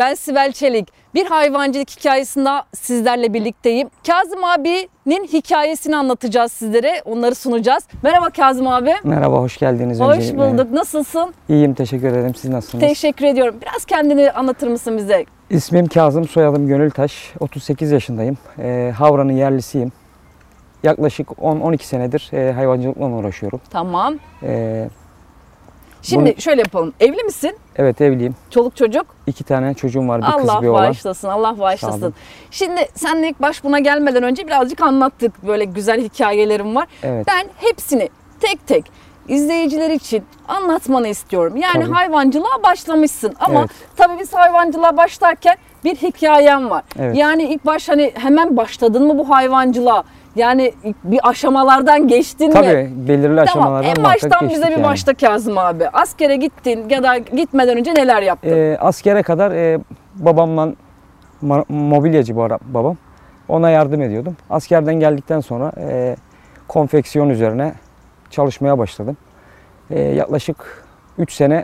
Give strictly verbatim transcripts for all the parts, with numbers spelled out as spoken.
Ben Sibel Çelik. Bir hayvancılık hikayesinde sizlerle birlikteyim. Kazım abinin hikayesini anlatacağız sizlere. Onları sunacağız. Merhaba Kazım abi. Merhaba, hoş geldiniz. Hoş öncelikle. bulduk. Nasılsın? İyiyim, teşekkür ederim. Siz nasılsınız? Teşekkür ediyorum. Biraz kendini anlatır mısın bize? İsmim Kazım, soyadım Gönültaş. otuz sekiz yaşındayım. E, Havra'nın yerlisiyim. Yaklaşık on on iki senedir e, hayvancılıkla uğraşıyorum. Tamam. E, Şimdi bunu, şöyle yapalım. Evli misin? Evet, evliyim. Çoluk çocuk? İki tane çocuğum var, bir Allah kız bir oğlan. bağışlasın, Allah bağışlasın. Şimdi senle ilk baş buna gelmeden önce birazcık anlattık. Böyle güzel hikayelerim var. Evet. Ben hepsini tek tek izleyiciler için anlatmanı istiyorum. Yani Tabii. hayvancılığa başlamışsın ama Evet. tabii biz hayvancılığa başlarken bir hikayem var. Evet. Yani ilk baş hani hemen başladın mı bu hayvancılığa? Yani bir aşamalardan geçtin mi? Tabii, belirli Tamam, aşamalardan en muhakkak baştan bize geçtik bir yani. başla Kazım abi. Askere gittin ya da gitmeden önce neler yaptın? E, askere kadar e, babamla, ma- mobilyacı bu ara babam, ona yardım ediyordum. Askerden geldikten sonra e, konfeksiyon üzerine çalışmaya başladım. E, yaklaşık üç sene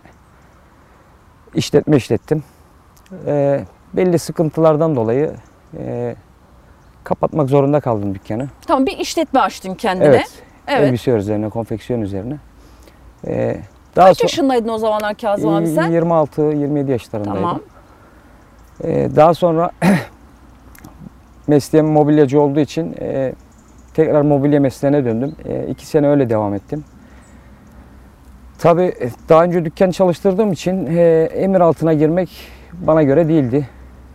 işletme işlettim. E, belli sıkıntılardan dolayı e, kapatmak zorunda kaldım dükkanı. Tamam, bir işletme açtın kendine. Evet, Evet. elbise üzerine, konfeksiyon üzerine. E, daha Kaç so- yaşındaydın o zamanlar Kazım abi sen? yirmi altı yirmi yedi yaşlarındaydım. Tamam. E, daha sonra mesleğim mobilyacı olduğu için e, tekrar mobilya mesleğine döndüm. E, iki sene öyle devam ettim. Tabii daha önce dükkan çalıştırdığım için e, emir altına girmek bana göre değildi.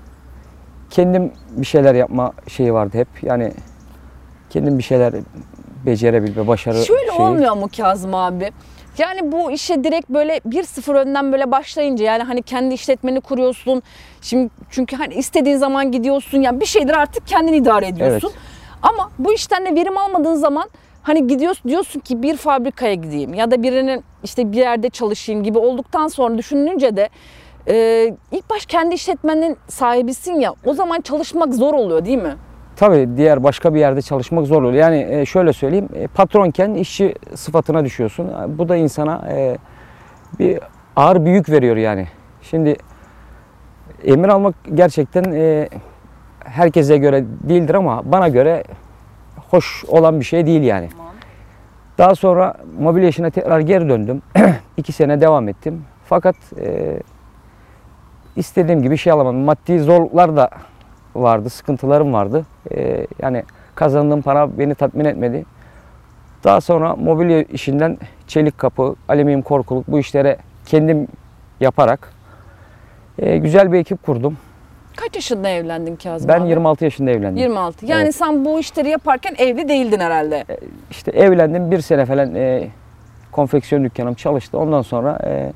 Kendim bir şeyler yapma şeyi vardı hep. Yani kendim bir şeyler becerebilme, başarı Şöyle şeyi. olmuyor mu Kazım abi? Yani bu işe direkt böyle bir sıfır önden böyle başlayınca, yani hani kendi işletmeni kuruyorsun. Şimdi çünkü hani istediğin zaman gidiyorsun, yani bir şeydir artık kendin idare ediyorsun. Evet. Ama bu işten de verim almadığın zaman hani gidiyorsun, diyorsun ki bir fabrikaya gideyim ya da birinin işte bir yerde çalışayım gibi olduktan sonra düşününce de e, ilk baş kendi işletmenin sahibisin ya, o zaman çalışmak zor oluyor değil mi? Tabii diğer başka bir yerde çalışmak zor oluyor. Yani e, şöyle söyleyeyim, e, patronken işçi sıfatına düşüyorsun. Bu da insana e, bir ağır bir yük veriyor yani. Şimdi emir almak gerçekten e, herkese göre değildir ama bana göre hoş olan bir şey değil yani. Tamam. Daha sonra mobilya işine tekrar geri döndüm. İki sene devam ettim. Fakat e, istediğim gibi şey alamadım. Maddi zorluklar da vardı, sıkıntılarım vardı. E, yani kazandığım para beni tatmin etmedi. Daha sonra mobilya işinden çelik kapı, alüminyum korkuluk bu işlere kendim yaparak e, güzel bir ekip kurdum. Kaç yaşında evlendin Kazım Ben abi? yirmi altı yaşında evlendim. yirmi altı. Yani Evet. sen bu işleri yaparken evli değildin herhalde. İşte evlendim, bir sene falan e, konfeksiyon dükkanım çalıştı. Ondan sonra e,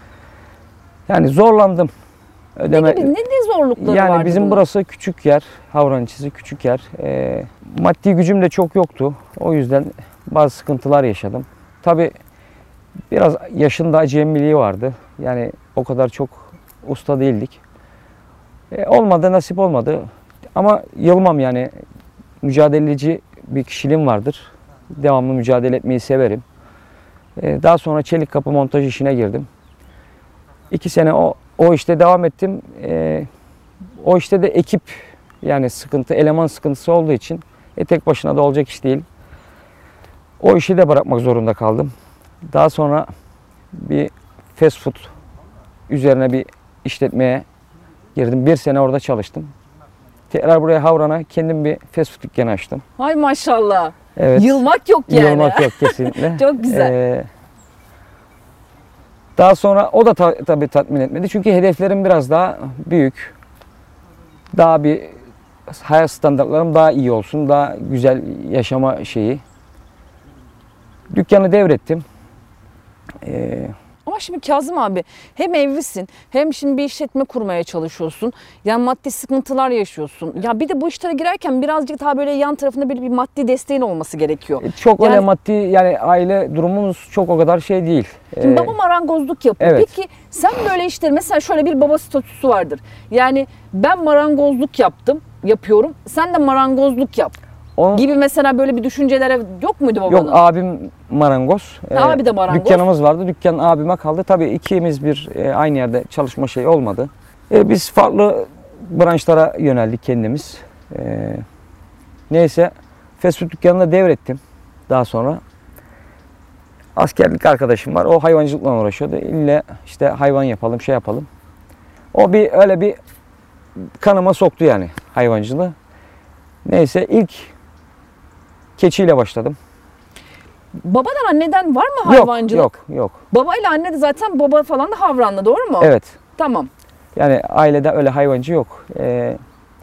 yani zorlandım. Ödeme, Ne gibi, ne, ne zorlukları yani vardı bizim bunun? burası küçük yer, Havranın içi küçük yer. E, maddi gücüm de çok yoktu. O yüzden bazı sıkıntılar yaşadım. Tabii biraz yaşında acemiliği vardı. Yani o kadar çok usta değildik. E, olmadı, nasip olmadı. Ama yılmam yani. Mücadeleci bir kişiliğim vardır. Devamlı mücadele etmeyi severim. E, daha sonra çelik kapı montaj işine girdim. İki sene o o işte devam ettim. E, o işte de ekip yani sıkıntı, eleman sıkıntısı olduğu için e, tek başına da olacak iş değil. O işi de bırakmak zorunda kaldım. Daha sonra bir fast food üzerine bir işletmeye girdim. Bir sene orada çalıştım. Tekrar buraya Havran'a kendim bir fast food dükkanı açtım. Hay maşallah. Evet. Yılmak yok yani. Yılmak yok kesinlikle. Çok güzel. Ee, daha sonra o da ta- tabii tatmin etmedi. Çünkü hedeflerim biraz daha büyük. Daha bir hayat standartlarım daha iyi olsun. Daha güzel yaşama şeyi. Dükkanı devrettim. Ee, Ama şimdi Kazım abi, hem evlisin hem şimdi bir işletme kurmaya çalışıyorsun. Yani maddi sıkıntılar yaşıyorsun. Ya bir de bu işlere girerken birazcık daha böyle yan tarafında bir, bir maddi desteğin olması gerekiyor. çok Yani- öyle maddi yani aile durumumuz çok o kadar şey değil. Şimdi Ee, baba marangozluk yapıyor. evet. Peki sen böyle işleri, mesela şöyle bir baba statüsü vardır. Yani ben marangozluk yaptım, yapıyorum. Sen de marangozluk yap. o- Gibi mesela böyle bir düşüncelere yok muydu babanın? Yok, abim marangoz. Ee, Ha, abi de marangoz. Dükkanımız vardı. Dükkan abime kaldı. Tabii ikimiz bir e, aynı yerde çalışma şeyi olmadı. E, biz farklı branşlara yöneldik kendimiz. E, neyse fast food dükkanında devrettim daha sonra. Askerlik arkadaşım var. O hayvancılıkla uğraşıyordu. İlle işte hayvan yapalım, şey yapalım. O bir öyle bir kanıma soktu yani hayvancılığı. Neyse ilk keçiyle başladım. Babadan anneden var mı hayvancılık? Yok, yok, yok. Babayla anne de zaten baba falan da Havranlı, doğru mu? Evet. Tamam. Yani ailede öyle hayvancı yok. Ee,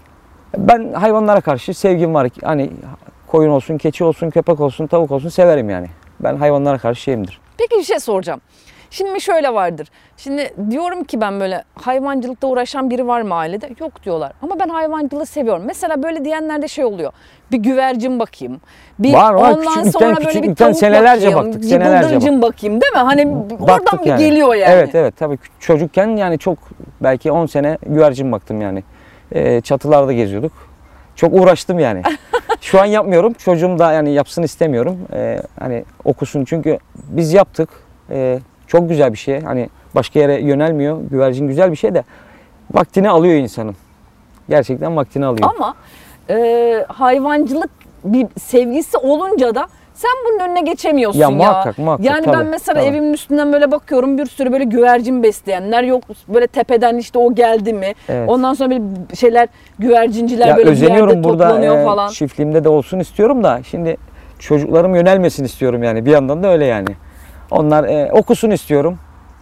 ben hayvanlara karşı sevgim var. Hani koyun olsun, keçi olsun, köpek olsun, tavuk olsun severim yani. Ben hayvanlara karşı şeyimdir. Peki bir şey soracağım. Şimdi şöyle vardır. Şimdi diyorum ki ben böyle hayvancılıkta uğraşan biri var mı ailede? Yok diyorlar. Ama ben hayvancılığı seviyorum. Mesela böyle diyenlerde şey oluyor. Bir güvercin bakayım. Bir Var, var. ondan Küçüklükten- sonra böyle bir küçüklükten tavuk senelerce bakayım. baktık, Bir senelerce bıldırcın bakayım, değil mi? Hani oradan Baktık bir yani. geliyor yani. Evet, evet. Tabii çocukken yani çok belki on sene güvercin baktım yani. Ee, çatılarda geziyorduk. Çok uğraştım yani. Şu an yapmıyorum. Çocuğum da yani yapsın istemiyorum. Ee, hani okusun çünkü biz yaptık. Ee, çok güzel bir şey. Hani başka yere yönelmiyor. Güvercin güzel bir şey de vaktini alıyor insanın. Gerçekten vaktini alıyor. Ama e, hayvancılık bir sevgisi olunca da sen bunun önüne geçemiyorsun ya. Ya muhakkak, muhakkak, Yani tabii, ben mesela tabii. evimin üstünden böyle bakıyorum, bir sürü böyle güvercin besleyenler yok. Böyle tepeden işte o geldi mi? Evet. Ondan sonra böyle şeyler, güvercinciler Ya böyle bir yerde özeniyorum burada, toplanıyor e, falan. çiftliğimde de olsun istiyorum da şimdi çocuklarım yönelmesin istiyorum yani. Bir yandan da öyle yani. Onlar e, okusun istiyorum.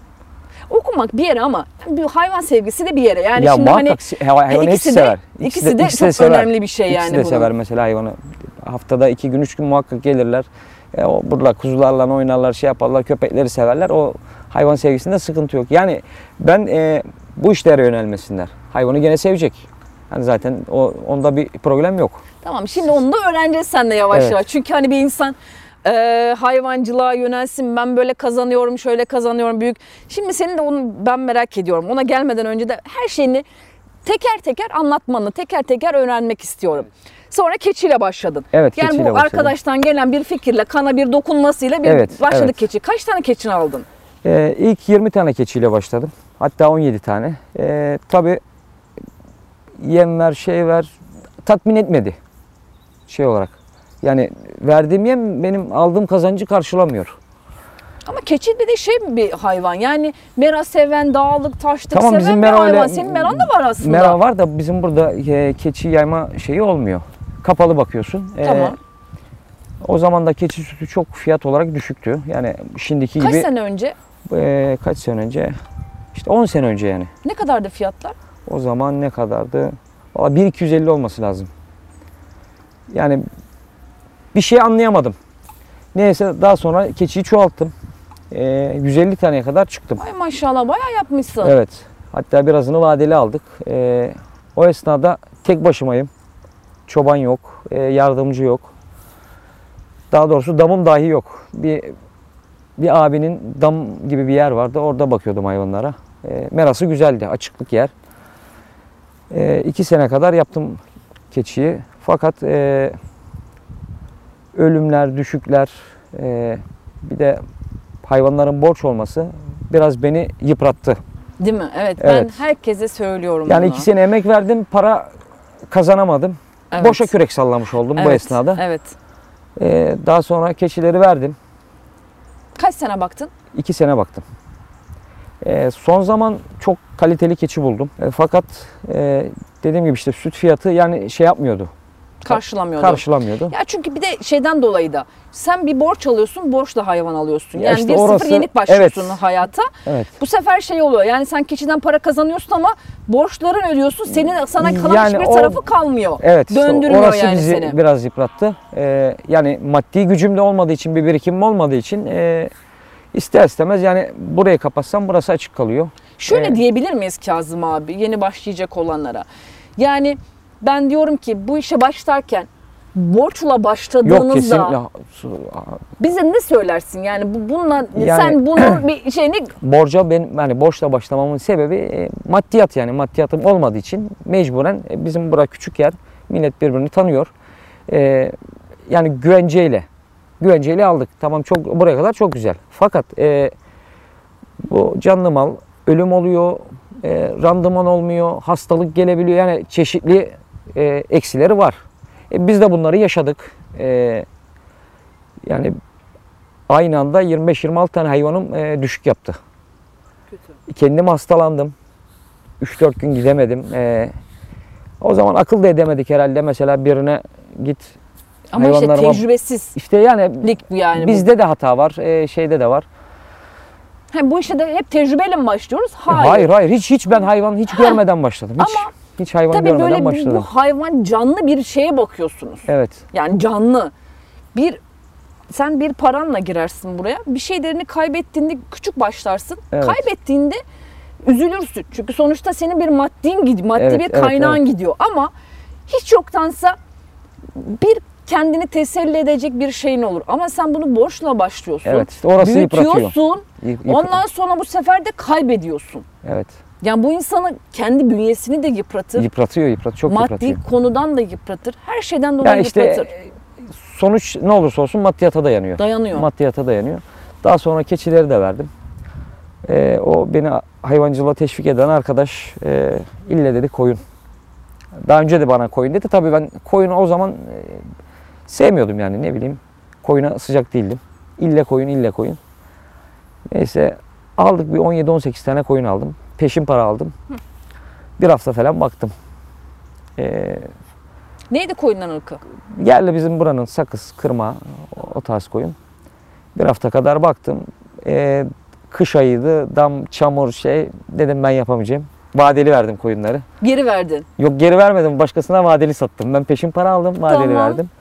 Okumak bir yere ama bir hayvan sevgisi de bir yere. Yani Ya şimdi hani muhakkak hayvanı ikisi hepsi de- sever. ikisi de çok sever. önemli bir şey İkisi yani de bunun. sever mesela hayvanı. Haftada iki gün, üç gün muhakkak gelirler. E, o burada kuzularla oynarlar, şey yaparlar, köpekleri severler. O hayvan sevgisinde sıkıntı yok. Yani ben e, bu işlere yönelmesinler. Hayvanı gene sevecek. Hani zaten o onda bir problem yok. Tamam, şimdi onu da öğreneceğiz seninle yavaş Evet. yavaş. Çünkü hani bir insan e, hayvancılığa yönelsin, ben böyle kazanıyorum, şöyle kazanıyorum büyük. Şimdi senin de onu ben merak ediyorum. Ona gelmeden önce de her şeyini teker teker anlatmanı, teker teker öğrenmek istiyorum. Sonra keçiyle başladın. Evet, Yani keçiyle bu başladım. arkadaştan gelen bir fikirle, kana bir dokunmasıyla bir Evet, başladık evet. keçi. Kaç tane keçini aldın? Ee, ilk yirmi tane keçiyle başladım. Hatta on yedi tane. Ee, tabii yem ver, şey ver tatmin etmedi şey olarak. Yani verdiğim yem benim aldığım kazancı karşılamıyor. Ama keçi bir de şey bir hayvan. Yani mera seven, dağlık, taşlık Tamam, seven bizim bir mera hayvan. öyle- Senin meran da var aslında. Mera var da bizim burada e, keçi yayma şeyi olmuyor. Kapalı bakıyorsun. Ee, Tamam. O zaman da keçi sütü çok fiyat olarak düşüktü. Yani şimdiki Kaç gibi sene önce? e, kaç sene önce? İşte on sene önce yani. Ne kadardı fiyatlar? O zaman ne kadardı? Valla bin iki yüz elli olması lazım. Yani bir şey anlayamadım. Neyse daha sonra keçiyi çoğalttım. Ee, yüz elli taneye kadar çıktım. Ay maşallah, bayağı yapmışsın. Evet. Hatta birazını vadeli aldık. Ee, o esnada tek başımayım. Çoban yok. e, yardımcı yok. Daha doğrusu damım dahi yok. Bir bir abinin dam gibi bir yer vardı. Orada bakıyordum hayvanlara. E, merası güzeldi. Açıklık yer. E, iki sene kadar yaptım keçiyi. Fakat e, ölümler, düşükler, e, bir de hayvanların borç olması biraz beni yıprattı. Değil mi? Evet, Evet. ben herkese söylüyorum Yani bunu. iki sene emek verdim, para kazanamadım. Evet. Boşa kürek sallamış oldum bu Evet, esnada. Evet. Ee, daha sonra keçileri verdim. Kaç sene baktın? İki sene baktım. Ee, son zaman çok kaliteli keçi buldum. E, fakat e, dediğim gibi işte süt fiyatı yani şey yapmıyordu. Karşılamıyordu. Karşılamıyordu. Ya çünkü bir de şeyden dolayı da sen bir borç alıyorsun, borçla hayvan alıyorsun. Ya Yani işte bir orası- sıfır yenik başlıyorsun evet. hayata. Evet. Bu sefer şey oluyor. Yani sen keçiden para kazanıyorsun ama borçların ödüyorsun. Senin sana kalan Yani hiçbir o- tarafı kalmıyor. Evet, işte Döndürmüyor orası yani bizi seni. biraz yıprattı. Ee, yani maddi gücüm de olmadığı için, bir birikimim olmadığı için e, ister istemez yani burayı kapatsam burası açık kalıyor. Şöyle Ee, diyebilir miyiz Kazım abi yeni başlayacak olanlara? Yani ben diyorum ki bu işe başlarken borçla Yok başladığınızda kesinlikle. bize ne söylersin? Yani bu bununla Yani- sen bunun bir şeyini Borca benim yani borçla başlamamın sebebi e, maddiyat yani maddiyatım olmadığı için mecburen e, bizim bura küçük yer, millet birbirini tanıyor. E, yani güvenceyle güvenceyle aldık. Tamam çok buraya kadar çok güzel. Fakat e, bu canlı mal ölüm oluyor, e, randıman olmuyor, hastalık gelebiliyor. Yani çeşitli e, eksileri var. E, biz de bunları yaşadık. E, yani aynı anda yirmi beş yirmi altı tane hayvanım e, düşük yaptı. Kötü. Kendim hastalandım. üç dört gün gidemedim. E, o zaman akıl da edemedik herhalde. Mesela birine git Ama işte hayvanlarıma... tecrübesiz. İşte yani Lik bu yani. bizde de hata var, e, şeyde de var. Hem bu işe de hep tecrübeyle mi başlıyoruz? Hayır. Hayır hayır hiç hiç ben hayvan hiç görmeden başladım. Hiç Ama hiç hayvan tabii görmeden böyle başladım. bu hayvan canlı bir şeye bakıyorsunuz. Evet. Yani canlı. Bir sen bir paranla girersin buraya. Bir şeylerini kaybettiğinde küçük başlarsın. Evet. Kaybettiğinde üzülürsün. Çünkü sonuçta senin bir maddin gidiyor. Maddi Evet, bir evet, kaynağın evet. gidiyor. Ama hiç yoktansa bir kendini teselli edecek bir şeyin olur. Ama sen bunu borçla başlıyorsun. Evet, işte orası yıpratıyor. Büyütüyorsun. Yıp- yıp- Ondan sonra bu sefer de kaybediyorsun. Evet. Yani bu insanın kendi bünyesini de yıpratır. Yıpratıyor, yıpratıyor. Çok Maddi yıpratıyor. konudan da yıpratır. Her şeyden dolayı Yani işte yıpratır. sonuç ne olursa olsun maddiyata dayanıyor. Dayanıyor. Maddiyata dayanıyor. Daha sonra keçileri de verdim. Ee, o beni hayvancılığa teşvik eden arkadaş e, ille dedi koyun. Daha önce de bana koyun dedi. Tabii ben koyunu o zaman e, sevmiyordum yani ne bileyim. Koyuna sıcak değildim. İlle koyun, ille koyun. Neyse aldık bir on yedi on sekiz tane koyun aldım. Peşin para aldım. Hı. Bir hafta falan baktım. Ee, Neydi koyunların ırkı? Yerli bizim buranın sakız, kırma o, o tarz koyun. Bir hafta kadar baktım. Ee, kış ayıydı. Dam, çamur şey. Dedim ben yapamayacağım. Vadeli verdim koyunları. Geri verdin. Yok geri vermedim. Başkasına vadeli sattım. Ben peşin para aldım. Vadeli Tamam. verdim.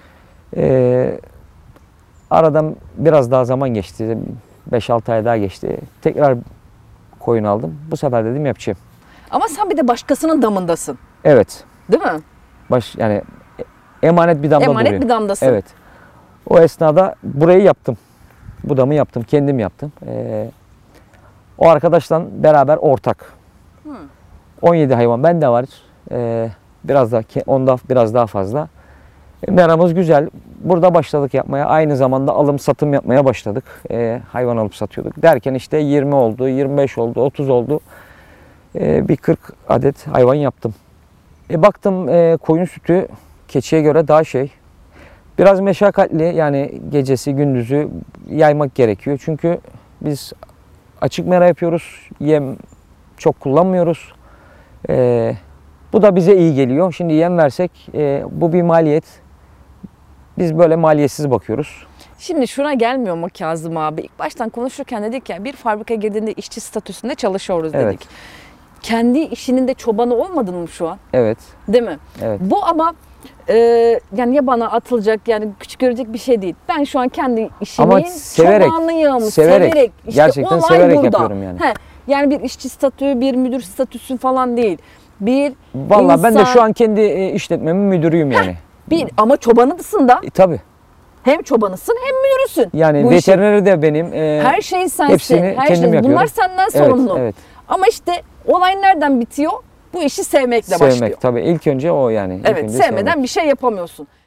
Ee, aradan biraz daha zaman geçti. beş altı ay daha geçti. Tekrar koyun aldım. Bu sefer dedim yapacağım. Ama sen bir de başkasının damındasın. Evet. Değil mi? Baş yani emanet bir damda Emanet duruyor. bir damdasın. Evet. O esnada burayı yaptım. Bu damı yaptım. Kendim yaptım. Ee, o arkadaşla beraber ortak. Hı. on yedi hayvan bende var. Ee, biraz daha onda biraz daha fazla. E, meramız güzel. Burada başladık yapmaya. Aynı zamanda alım satım yapmaya başladık. Ee, hayvan alıp satıyorduk. Derken işte yirmi oldu, yirmi beş oldu, otuz oldu. Ee, bir kırk adet hayvan yaptım. E, baktım e, koyun sütü keçiye göre daha şey. Biraz meşakkatli yani gecesi gündüzü yaymak gerekiyor. Çünkü biz açık mera yapıyoruz. Yem çok kullanmıyoruz. Ee, bu da bize iyi geliyor. Şimdi yem versek e, bu bir maliyet. Biz böyle maliyetsiz bakıyoruz. Şimdi şuna gelmiyor mu Kazım abi? İlk baştan konuşurken dedik ya bir fabrika girdiğinde işçi statüsünde çalışıyoruz dedik. Evet. Kendi işinin de çobanı olmadın mı şu an? Evet. Değil mi? Evet. Bu ama e, yani ya bana atılacak yani küçük görecek bir şey değil. Ben şu an kendi işimin Ama severek, çobanlığım, severek, severek. İşte gerçekten olay severek burada. yapıyorum yani. He, yani bir işçi statüsü, bir müdür statüsü falan değil. Bir Vallahi ben de insan- şu an kendi e, işletmemin müdürüyüm yani. bir ama çobanısın da E, tabii. hem çobanısın hem müdürsün. Yani Bu işin. veterineri de benim. E, Her şey sensin. hepsini her kendim şey. yapıyorum. Bunlar senden evet, sorumlu. evet. Ama işte olay nereden bitiyor? Bu işi sevmekle Sevmek başlıyor. tabii. İlk önce o yani. İlk Evet, önce sevmeden sevmek. bir şey yapamıyorsun.